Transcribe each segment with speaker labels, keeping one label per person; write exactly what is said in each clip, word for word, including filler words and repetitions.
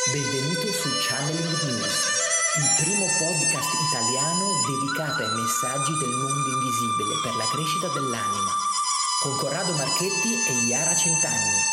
Speaker 1: Benvenuto su Channeling News, il primo podcast italiano dedicato ai messaggi del mondo invisibile per la crescita dell'anima, con Corrado Marchetti e Iara Centanni.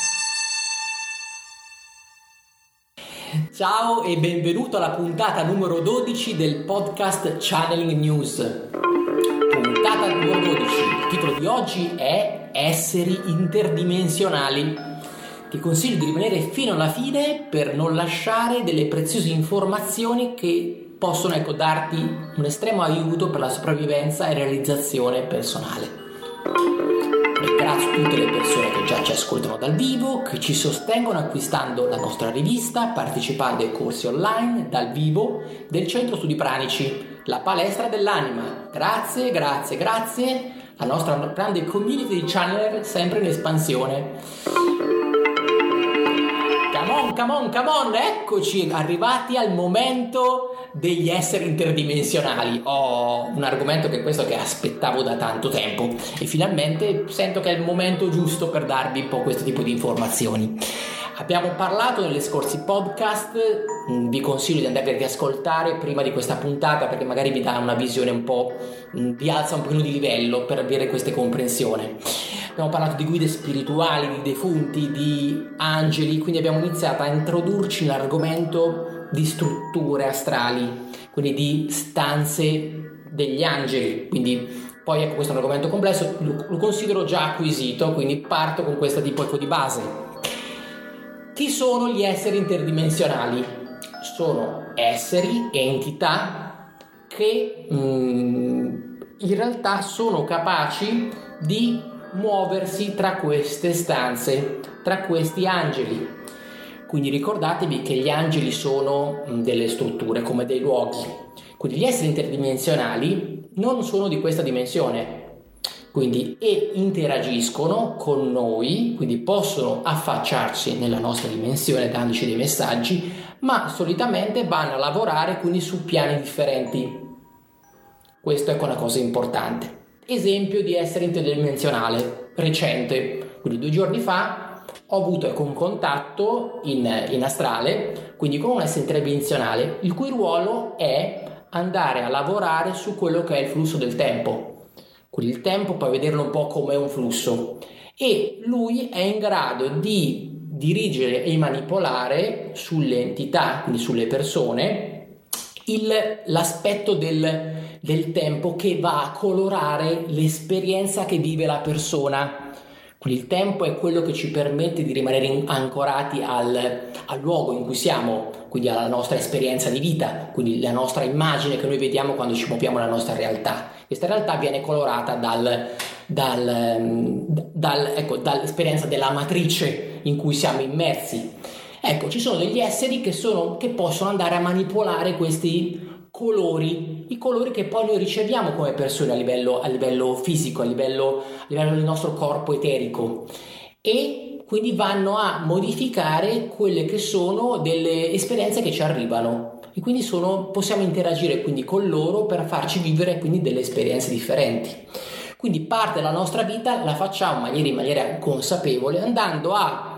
Speaker 2: Ciao e benvenuto alla puntata numero dodici del podcast Channeling News. Puntata numero dodici. Il titolo di oggi è Esseri interdimensionali. Ti consiglio di rimanere fino alla fine per non lasciare delle preziose informazioni che possono ecco, darti un estremo aiuto per la sopravvivenza e realizzazione personale. Ringrazio tutte le persone che già ci ascoltano dal vivo, che ci sostengono acquistando la nostra rivista, partecipando ai corsi online dal vivo del Centro Studi Pranici, la palestra dell'anima. Grazie, grazie, grazie alla nostra grande community di channeler sempre in espansione. Come on, come on, come on, eccoci arrivati al momento degli esseri interdimensionali. Ho un argomento che è questo che aspettavo da tanto tempo e finalmente sento che è il momento giusto per darvi un po' questo tipo di informazioni. Abbiamo parlato negli scorsi podcast, vi consiglio di andare a riascoltare prima di questa puntata perché magari vi dà una visione un po', vi alza un pochino di livello per avere queste comprensioni. Abbiamo parlato di guide spirituali, di defunti, di angeli, quindi abbiamo iniziato a introdurci nell'argomento di strutture astrali, quindi di stanze degli angeli, quindi poi ecco questo è un argomento complesso, lo, lo considero già acquisito, quindi parto con questo tipo ecco, di base. Chi sono gli esseri interdimensionali? Sono esseri, entità che mm, in realtà sono capaci di muoversi tra queste stanze, tra questi angeli. Quindi ricordatevi che gli angeli sono delle strutture, come dei luoghi. Quindi gli esseri interdimensionali non sono di questa dimensione, quindi e interagiscono con noi, quindi possono affacciarsi nella nostra dimensione dandoci dei messaggi, ma solitamente vanno a lavorare quindi su piani differenti. Questo è una cosa importante. Esempio di essere interdimensionale recente, quindi due giorni fa ho avuto ecco, un contatto in, in astrale, quindi con un essere interdimensionale, il cui ruolo è andare a lavorare su quello che è il flusso del tempo. Quindi il tempo puoi vederlo un po' come un flusso e lui è in grado di dirigere e manipolare sulle entità, quindi sulle persone, il, l'aspetto del del tempo che va a colorare l'esperienza che vive la persona. Quindi il tempo è quello che ci permette di rimanere ancorati al, al luogo in cui siamo, quindi alla nostra esperienza di vita, quindi la nostra immagine che noi vediamo quando ci muoviamo nella nostra realtà. Questa realtà viene colorata dal, dal, dal, ecco, dall'esperienza della matrice in cui siamo immersi. Ecco, ci sono degli esseri che, sono, che possono andare a manipolare questi colori, i colori che poi noi riceviamo come persone a livello, a livello fisico, a livello, a livello del nostro corpo eterico, e quindi vanno a modificare quelle che sono delle esperienze che ci arrivano e quindi sono, possiamo interagire quindi con loro per farci vivere quindi delle esperienze differenti. Quindi parte della nostra vita la facciamo in maniera, in maniera consapevole, andando a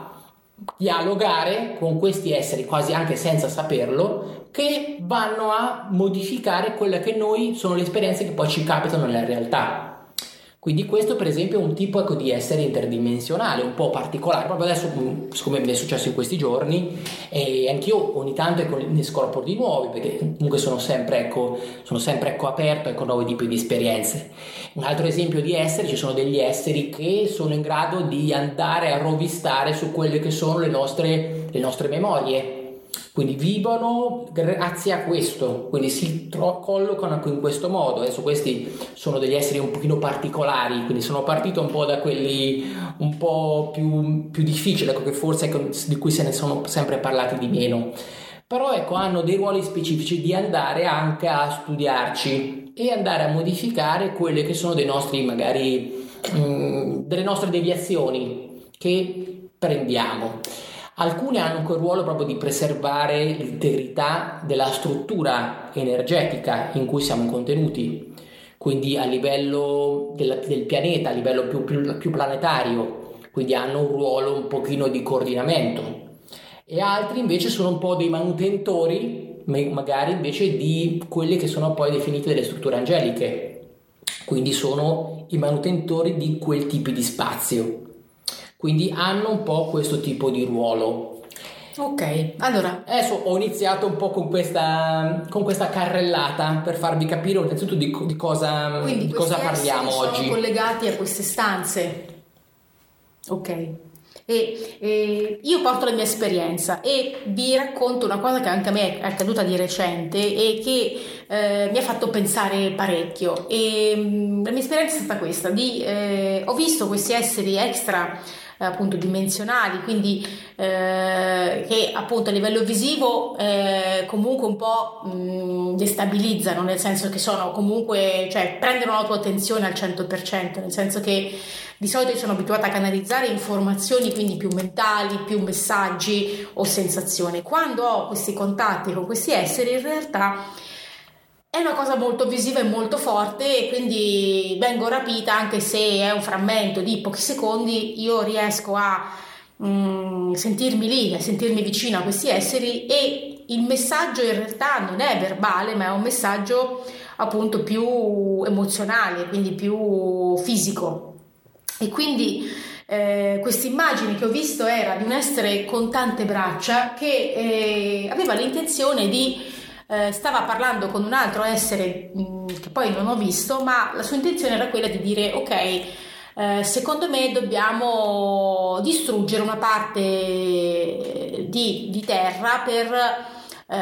Speaker 2: dialogare con questi esseri quasi anche senza saperlo, che vanno a modificare quelle che noi sono le esperienze che poi ci capitano nella realtà. Quindi questo per esempio è un tipo ecco, di essere interdimensionale un po' particolare. Proprio adesso, siccome mi è successo in questi giorni, e anch'io ogni tanto ecco, ne scopro di nuovi, perché comunque sono sempre ecco, sono sempre ecco, aperto ecco, a nuovi tipi di esperienze. Un altro esempio di esseri, ci sono degli esseri che sono in grado di andare a rovistare su quelle che sono le nostre, le nostre memorie. Quindi vivono grazie a questo, quindi si tro- collocano in questo modo. Adesso questi sono degli esseri un pochino particolari, quindi sono partito un po' da quelli un po' più, più difficili, ecco, che forse ecco, di cui se ne sono sempre parlati di meno. Però ecco, hanno dei ruoli specifici di andare anche a studiarci e andare a modificare quelle che sono dei nostri magari mh, delle nostre deviazioni che prendiamo. Alcune hanno quel ruolo proprio di preservare l'integrità della struttura energetica in cui siamo contenuti, quindi a livello del, del pianeta, a livello più, più, più planetario, quindi hanno un ruolo un pochino di coordinamento. e altri invece sono un po' dei manutentori, magari invece di quelle che sono poi definite delle strutture angeliche, quindi sono i manutentori di quel tipo di spazio, quindi hanno un po' questo tipo di ruolo.
Speaker 3: Ok, allora
Speaker 2: adesso ho iniziato un po' con questa, con questa carrellata per farvi capire innanzitutto di, di cosa, di cosa parliamo oggi.
Speaker 3: Sono collegati a queste stanze. Ok. E, e io porto la mia esperienza e vi racconto una cosa che anche a me è accaduta di recente e che eh, mi ha fatto pensare parecchio. E, mh, la mia esperienza è stata questa: di, eh, ho visto questi esseri extra eh, appunto dimensionali, quindi eh, che appunto a livello visivo eh, comunque un po' mh, destabilizzano, nel senso che sono comunque, cioè prendono la tua attenzione al cento per cento, nel senso che di solito io sono abituata a canalizzare informazioni, quindi più mentali, più messaggi o sensazioni. Quando ho questi contatti con questi esseri, in realtà è una cosa molto visiva e molto forte, e quindi vengo rapita, anche se è un frammento di pochi secondi, io riesco a mm, sentirmi lì, a sentirmi vicino a questi esseri, e il messaggio in realtà non è verbale, ma è un messaggio appunto più emozionale, quindi più fisico. E quindi eh, questa immagine che ho visto era di un essere con tante braccia che eh, aveva l'intenzione di eh, stava parlando con un altro essere mh, che poi non ho visto, ma la sua intenzione era quella di dire: ok, eh, secondo me dobbiamo distruggere una parte di, di terra per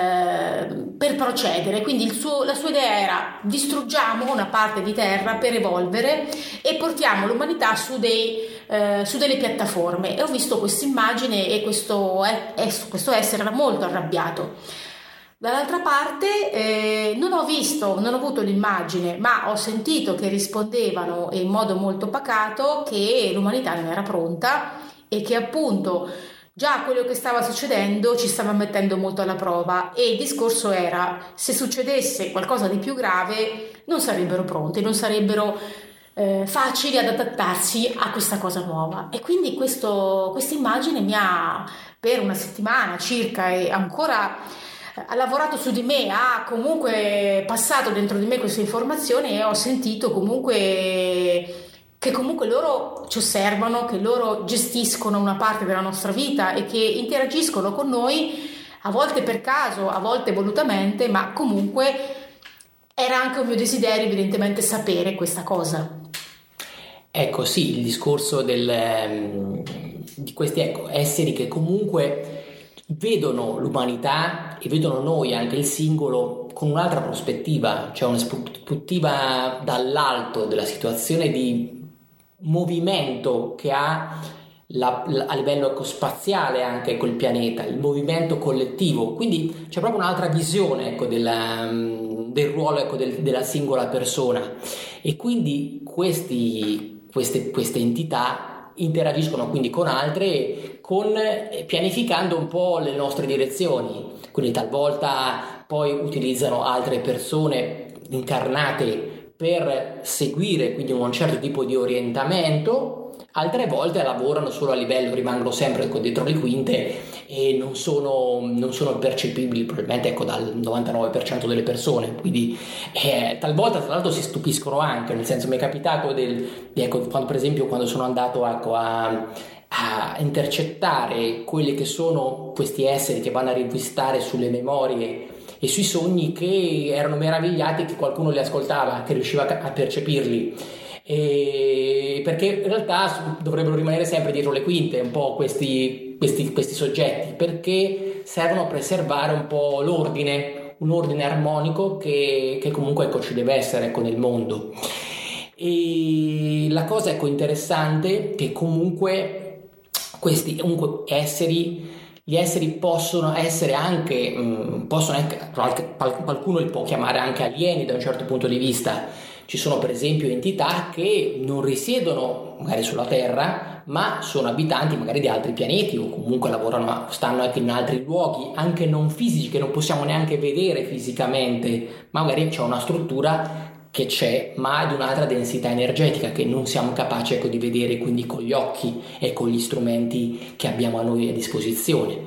Speaker 3: per procedere. Quindi il suo, la sua idea era: distruggiamo una parte di terra per evolvere e portiamo l'umanità su, dei, eh, su delle piattaforme. E ho visto questa immagine e questo, eh, questo essere era molto arrabbiato. Dall'altra parte eh, non ho visto, non ho avuto l'immagine, ma ho sentito che rispondevano in modo molto pacato che l'umanità non era pronta e che appunto già quello che stava succedendo ci stava mettendo molto alla prova, e il discorso era: se succedesse qualcosa di più grave non sarebbero pronti, non sarebbero eh, facili ad adattarsi a questa cosa nuova. E quindi questa immagine mi ha, per una settimana circa, e ancora ha lavorato su di me, ha comunque passato dentro di me queste informazioni, e ho sentito comunque che comunque loro ci osservano, che loro gestiscono una parte della nostra vita e che interagiscono con noi, a volte per caso, a volte volutamente, ma comunque era anche un mio desiderio evidentemente sapere questa cosa.
Speaker 2: Ecco, sì, il discorso del, di questi ecco, esseri che comunque vedono l'umanità e vedono noi, anche il singolo, con un'altra prospettiva, cioè una prospettiva dall'alto della situazione di movimento che ha la, la, a livello ecospaziale anche col pianeta, il movimento collettivo. Quindi c'è proprio un'altra visione, ecco, della, del ruolo, ecco, del, della singola persona, e quindi questi, queste, queste entità interagiscono quindi con altre, con, pianificando un po' le nostre direzioni. Quindi talvolta poi utilizzano altre persone incarnate per seguire quindi un certo tipo di orientamento, altre volte lavorano solo a livello, rimangono sempre ecco, dietro le quinte e non sono, non sono percepibili probabilmente ecco, dal novantanove per cento delle persone. Quindi eh, talvolta tra l'altro si stupiscono anche, nel senso mi è capitato del, di, ecco, quando, per esempio quando sono andato ecco, a, a intercettare quelli che sono questi esseri che vanno a rivisitare sulle memorie e sui sogni, che erano meravigliati che qualcuno li ascoltava, che riusciva a percepirli, e perché in realtà dovrebbero rimanere sempre dietro le quinte un po' questi, questi, questi soggetti, perché servono a preservare un po' l'ordine, un ordine armonico che, che comunque ecco, ci deve essere ecco, nel mondo. E la cosa ecco, interessante è che comunque questi comunque esseri Gli esseri possono essere anche, mh, possono anche, qualcuno li può chiamare anche alieni da un certo punto di vista. Ci sono per esempio entità che non risiedono magari sulla Terra, ma sono abitanti magari di altri pianeti, o comunque lavorano, stanno anche in altri luoghi, anche non fisici, che non possiamo neanche vedere fisicamente, ma magari c'è una struttura che c'è, ma di un'altra densità energetica che non siamo capaci ecco, di vedere quindi con gli occhi e con gli strumenti che abbiamo a noi a disposizione.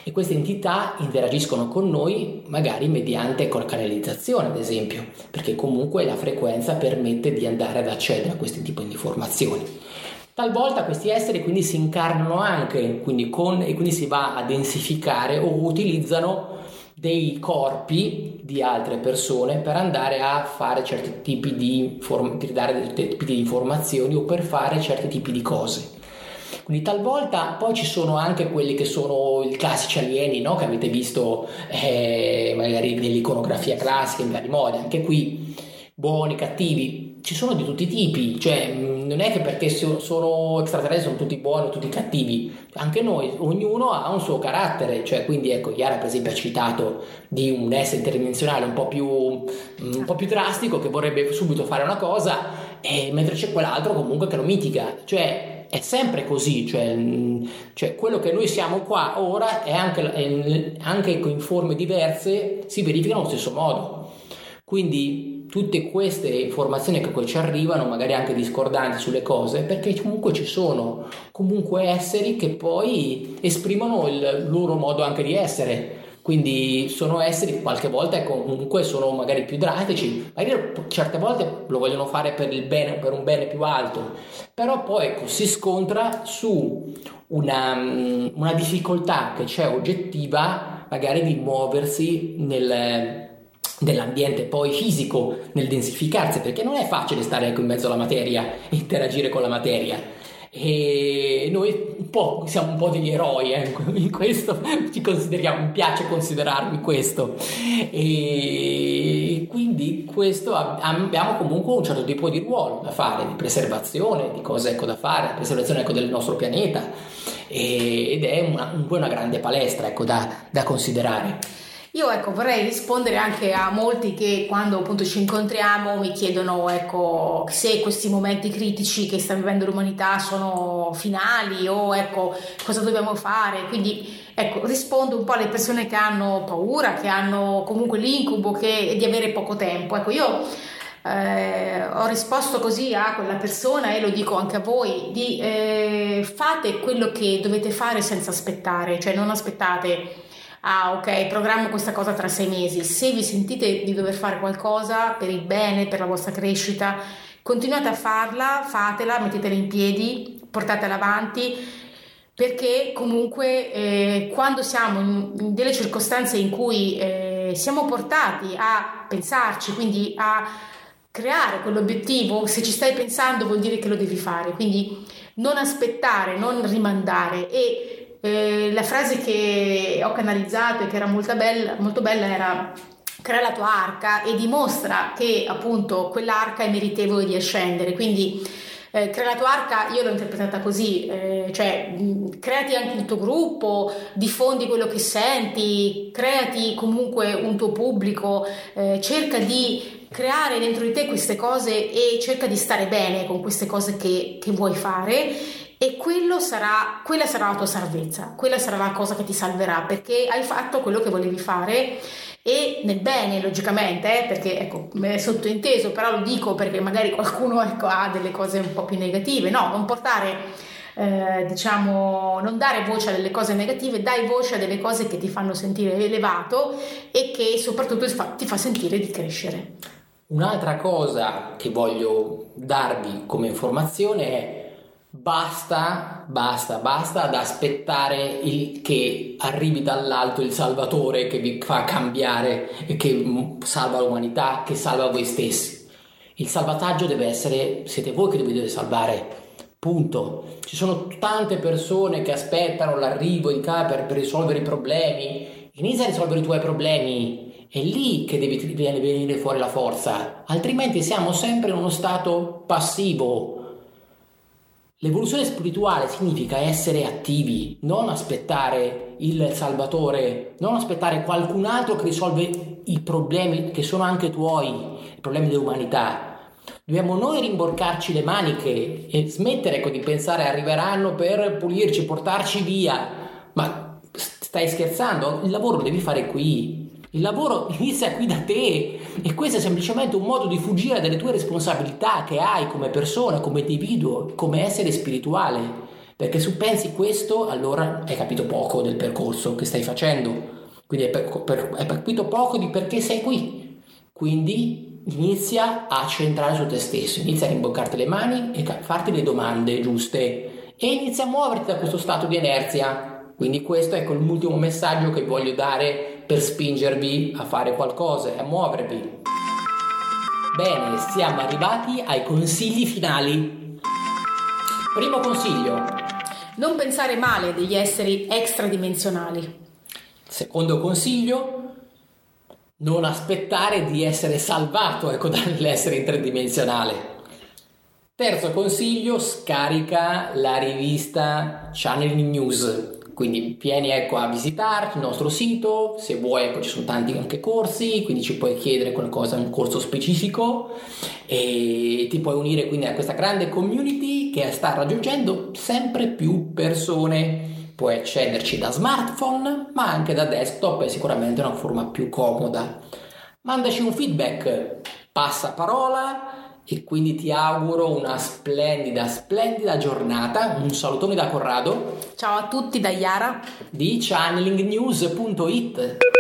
Speaker 2: e queste entità interagiscono con noi magari mediante col canalizzazione, ad esempio, perché comunque la frequenza permette di andare ad accedere a questi tipi di informazioni. Talvolta questi esseri quindi si incarnano anche quindi con, e quindi si va a densificare o utilizzano dei corpi di altre persone per andare a fare certi tipi di form- per dare certi tipi di informazioni o per fare certi tipi di cose. Quindi talvolta poi ci sono anche quelli che sono i classici alieni, no? Che avete visto eh, magari nell'iconografia classica, in vari modi. Anche qui buoni, cattivi, ci sono di tutti i tipi, cioè non è che perché sono extraterrestri sono tutti buoni o tutti cattivi, anche noi, ognuno ha un suo carattere, cioè quindi ecco, Chiara per esempio ha citato di un essere interdimensionale un po' più un po' più drastico che vorrebbe subito fare una cosa, e mentre c'è quell'altro comunque che lo mitiga, cioè è sempre così, cioè, cioè quello che noi siamo qua ora è anche, è anche in forme diverse si verificano allo stesso modo. Quindi tutte queste informazioni che poi ci arrivano, magari anche discordanti sulle cose, perché comunque ci sono comunque esseri che poi esprimono il loro modo anche di essere. Quindi sono esseri qualche volta comunque sono magari più drastici, magari certe volte lo vogliono fare per il bene, per un bene più alto, però poi ecco, si scontra su una, una difficoltà che c'è oggettiva magari di muoversi nel dell'ambiente poi fisico, nel densificarsi, perché non è facile stare ecco in mezzo alla materia e interagire con la materia, e noi un po' siamo un po' degli eroi eh, in questo ci consideriamo, mi piace considerarmi questo, e quindi questo abbiamo comunque un certo tipo di ruolo da fare, di preservazione, di cose ecco da fare, preservazione ecco del nostro pianeta, ed è una, una grande palestra ecco da, da considerare.
Speaker 3: Io ecco vorrei rispondere anche a molti che quando appunto ci incontriamo mi chiedono ecco se questi momenti critici che sta vivendo l'umanità sono finali o ecco cosa dobbiamo fare, quindi ecco rispondo un po' alle persone che hanno paura, che hanno comunque l'incubo che, di avere poco tempo. Ecco io eh, ho risposto così a quella persona e lo dico anche a voi, di eh, fate quello che dovete fare senza aspettare, cioè non aspettate ah ok, programmo questa cosa tra sei mesi. Se vi sentite di dover fare qualcosa per il bene, per la vostra crescita, continuate a farla, fatela, mettetela in piedi, portatela avanti, perché comunque eh, quando siamo in, in delle circostanze in cui eh, siamo portati a pensarci, quindi a creare quell'obiettivo, se ci stai pensando vuol dire che lo devi fare, quindi non aspettare, non rimandare. E Eh, la frase che ho canalizzato e che era molto bella, molto bella era: crea la tua arca e dimostra che appunto quell'arca è meritevole di ascendere. Quindi eh, crea la tua arca, io l'ho interpretata così, eh, cioè mh, creati anche il tuo gruppo, diffondi quello che senti, creati comunque un tuo pubblico, eh, cerca di creare dentro di te queste cose e cerca di stare bene con queste cose che, che vuoi fare. E quello sarà, quella sarà la tua salvezza, quella sarà la cosa che ti salverà, perché hai fatto quello che volevi fare e nel bene, logicamente, eh, perché ecco, è sottointeso, però lo dico perché magari qualcuno ecco, ha delle cose un po' più negative, no, non portare, eh, diciamo, non dare voce a delle cose negative, dai voce a delle cose che ti fanno sentire elevato e che soprattutto ti fa, ti fa sentire di crescere.
Speaker 2: Un'altra cosa che voglio darvi come informazione è: Basta, basta, basta ad aspettare il, che arrivi dall'alto il Salvatore che vi fa cambiare e che salva l'umanità, che salva voi stessi. Il salvataggio deve essere, siete voi che dovete salvare, punto. Ci sono tante persone che aspettano l'arrivo di qua per, per risolvere i problemi. Inizia a risolvere i tuoi problemi, è lì che devi venire fuori la forza, altrimenti siamo sempre in uno stato passivo. L'evoluzione spirituale significa essere attivi, non aspettare il Salvatore, non aspettare qualcun altro che risolve i problemi che sono anche tuoi, i problemi dell'umanità. Dobbiamo noi rimborcarci le maniche e smettere ecco, di pensare arriveranno per pulirci, portarci via. Ma stai scherzando? Il lavoro lo devi fare qui. Il lavoro inizia qui da te e questo è semplicemente un modo di fuggire dalle tue responsabilità che hai come persona, come individuo, come essere spirituale, perché se pensi questo allora hai capito poco del percorso che stai facendo, quindi hai, per, per, hai capito poco di perché sei qui, quindi inizia a centrare su te stesso, inizia a rimboccarti le mani e a farti le domande giuste e inizia a muoverti da questo stato di inerzia. Quindi questo è l'ultimo messaggio che voglio dare per spingervi a fare qualcosa e a muovervi. Bene, siamo arrivati ai consigli finali. Primo consiglio:
Speaker 3: non pensare male degli esseri extradimensionali.
Speaker 2: Secondo consiglio: non aspettare di essere salvato, ecco, dall'essere interdimensionale. Terzo consiglio: scarica la rivista Channeling News. Quindi vieni, ecco, a visitarci il nostro sito, se vuoi, ecco, ci sono tanti anche corsi, quindi ci puoi chiedere qualcosa, un corso specifico, e ti puoi unire quindi a questa grande community che sta raggiungendo sempre più persone. Puoi accederci da smartphone, ma anche da desktop, è sicuramente una forma più comoda. Mandaci un feedback, passa parola, e quindi ti auguro una splendida, splendida giornata. Un salutone da Corrado.
Speaker 3: Ciao a tutti da Iara
Speaker 2: di channeling news punto it.